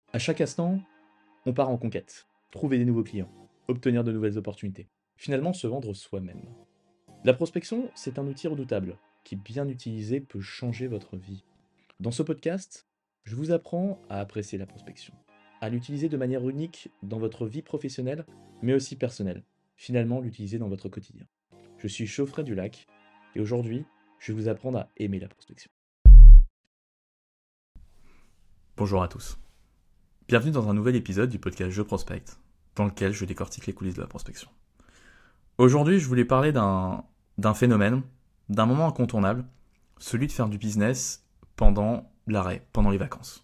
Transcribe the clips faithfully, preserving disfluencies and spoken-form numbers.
À chaque instant, on part en conquête, trouver des nouveaux clients, obtenir de nouvelles opportunités, finalement se vendre soi-même. La prospection, c'est un outil redoutable qui, bien utilisé, peut changer votre vie. Dans ce podcast, je vous apprends à apprécier la prospection, à l'utiliser de manière unique dans votre vie professionnelle, mais aussi personnelle, finalement l'utiliser dans votre quotidien. Je suis Geoffrey Dulac et aujourd'hui, je vais vous apprendre à aimer la prospection. Bonjour à tous. Bienvenue dans un nouvel épisode du podcast Je Prospecte, dans lequel je décortique les coulisses de la prospection. Aujourd'hui, je voulais parler d'un, d'un phénomène, d'un moment incontournable, celui de faire du business pendant l'arrêt, pendant les vacances.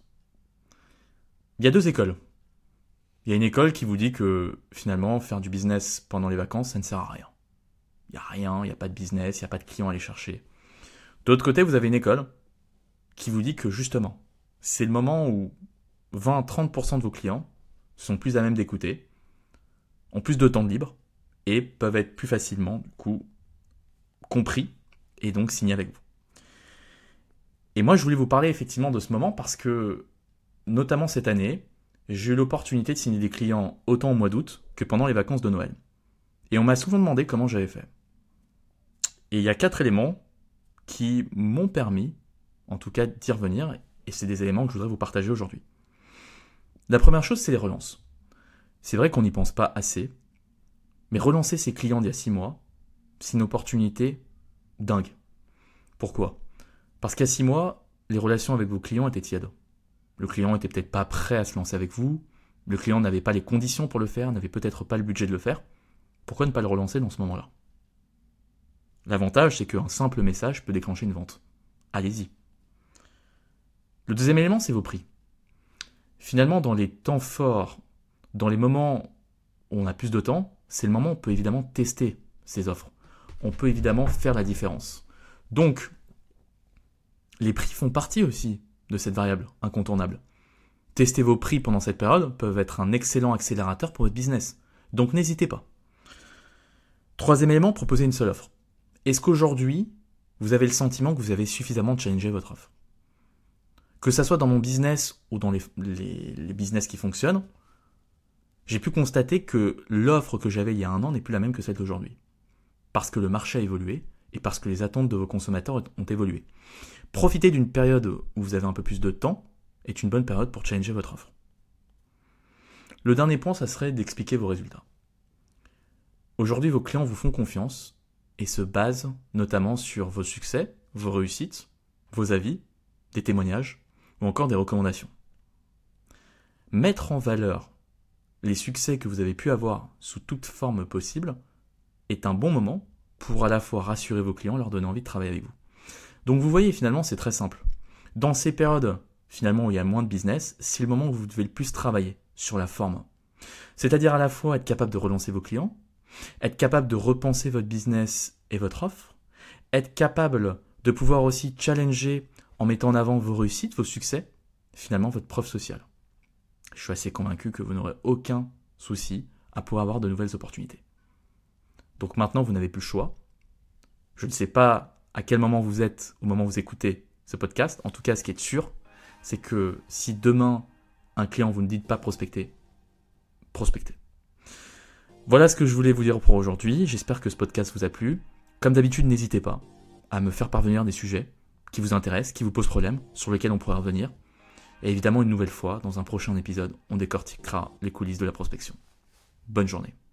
Il y a deux écoles. Il y a une école qui vous dit que finalement, faire du business pendant les vacances, ça ne sert à rien. Il n'y a rien, il n'y a pas de business, il n'y a pas de clients à aller chercher. De l'autre côté, vous avez une école qui vous dit que justement, c'est le moment où vingt à trente pour cent de vos clients sont plus à même d'écouter, ont plus de temps de libre et peuvent être plus facilement, du coup, compris et donc signés avec vous. Et moi, je voulais vous parler effectivement de ce moment parce que, notamment cette année, j'ai eu l'opportunité de signer des clients autant au mois d'août que pendant les vacances de Noël. Et on m'a souvent demandé comment j'avais fait. Et il y a quatre éléments qui m'ont permis, en tout cas, d'y revenir, et c'est des éléments que je voudrais vous partager aujourd'hui. La première chose, c'est les relances. C'est vrai qu'on n'y pense pas assez, mais relancer ses clients d'il y a six mois, c'est une opportunité dingue. Pourquoi ? Parce qu'à six mois, les relations avec vos clients étaient tièdes. Le client était peut-être pas prêt à se lancer avec vous, le client n'avait pas les conditions pour le faire, n'avait peut-être pas le budget de le faire. Pourquoi ne pas le relancer dans ce moment-là ? L'avantage, c'est qu'un simple message peut déclencher une vente. Allez-y. Le deuxième élément, c'est vos prix. Finalement, dans les temps forts, dans les moments où on a plus de temps, c'est le moment où on peut évidemment tester ces offres. On peut évidemment faire la différence. Donc, les prix font partie aussi de cette variable incontournable. Tester vos prix pendant cette période peuvent être un excellent accélérateur pour votre business. Donc n'hésitez pas. Troisième élément, proposer une seule offre. Est-ce qu'aujourd'hui, vous avez le sentiment que vous avez suffisamment challengé votre offre ? Que ça soit dans mon business ou dans les, les, les business qui fonctionnent, j'ai pu constater que l'offre que j'avais il y a un an n'est plus la même que celle d'aujourd'hui. Parce que le marché a évolué et parce que les attentes de vos consommateurs ont évolué. Profiter d'une période où vous avez un peu plus de temps est une bonne période pour challenger votre offre. Le dernier point, ça serait d'expliquer vos résultats. Aujourd'hui, vos clients vous font confiance et se basent notamment sur vos succès, vos réussites, vos avis, des témoignages ou encore des recommandations. Mettre en valeur les succès que vous avez pu avoir sous toute forme possible est un bon moment pour à la fois rassurer vos clients et leur donner envie de travailler avec vous. Donc vous voyez, finalement, c'est très simple. Dans ces périodes, finalement, où il y a moins de business, c'est le moment où vous devez le plus travailler sur la forme. C'est-à-dire à la fois être capable de relancer vos clients, être capable de repenser votre business et votre offre, être capable de pouvoir aussi challenger en mettant en avant vos réussites, vos succès, finalement votre preuve sociale. Je suis assez convaincu que vous n'aurez aucun souci à pouvoir avoir de nouvelles opportunités. Donc maintenant, vous n'avez plus le choix. Je ne sais pas à quel moment vous êtes au moment où vous écoutez ce podcast. En tout cas, ce qui est sûr, c'est que si demain, un client vous ne dit pas prospecter, prospectez. Voilà ce que je voulais vous dire pour aujourd'hui. J'espère que ce podcast vous a plu. Comme d'habitude, n'hésitez pas à me faire parvenir des sujets qui vous intéressent, qui vous posent problème, sur lesquels on pourrait revenir. Et évidemment, une nouvelle fois, dans un prochain épisode, on décortiquera les coulisses de la prospection. Bonne journée.